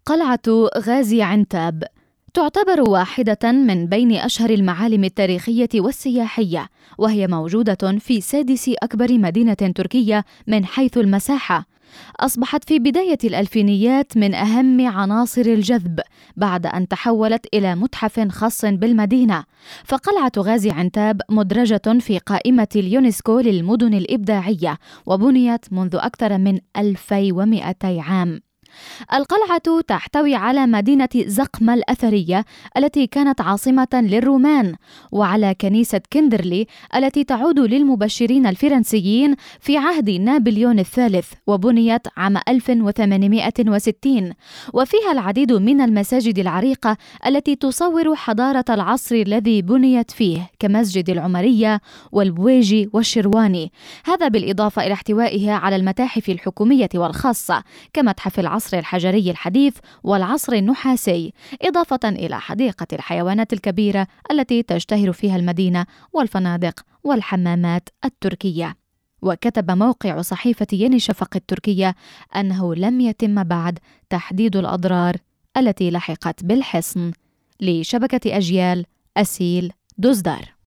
قلعة غازي عنتاب تعتبر واحدة من بين أشهر المعالم التاريخية والسياحية، وهي موجودة في سادس أكبر مدينة تركية من حيث المساحة. أصبحت في بداية الألفينيات من أهم عناصر الجذب بعد أن تحولت إلى متحف خاص بالمدينة. فقلعة غازي عنتاب مدرجة في قائمة اليونسكو للمدن الإبداعية، وبنيت منذ أكثر من 2200 عام. القلعة تحتوي على مدينة زقمة الأثرية التي كانت عاصمة للرومان، وعلى كنيسة كندرلي التي تعود للمبشرين الفرنسيين في عهد نابليون الثالث، وبنيت عام 1860. وفيها العديد من المساجد العريقة التي تصور حضارة العصر الذي بنيت فيه، كمسجد العمرية والبويجي والشرواني. هذا بالإضافة إلى احتوائها على المتاحف الحكومية والخاصة كمتحف العصر الحجري الحديث والعصر النحاسي، إضافة إلى حديقة الحيوانات الكبيرة التي تشتهر فيها المدينة والفنادق والحمامات التركية. وكتب موقع صحيفة يني شفق التركية أنه لم يتم بعد تحديد الأضرار التي لحقت بالحصن. لشبكة أجيال، أسيل دوزدار.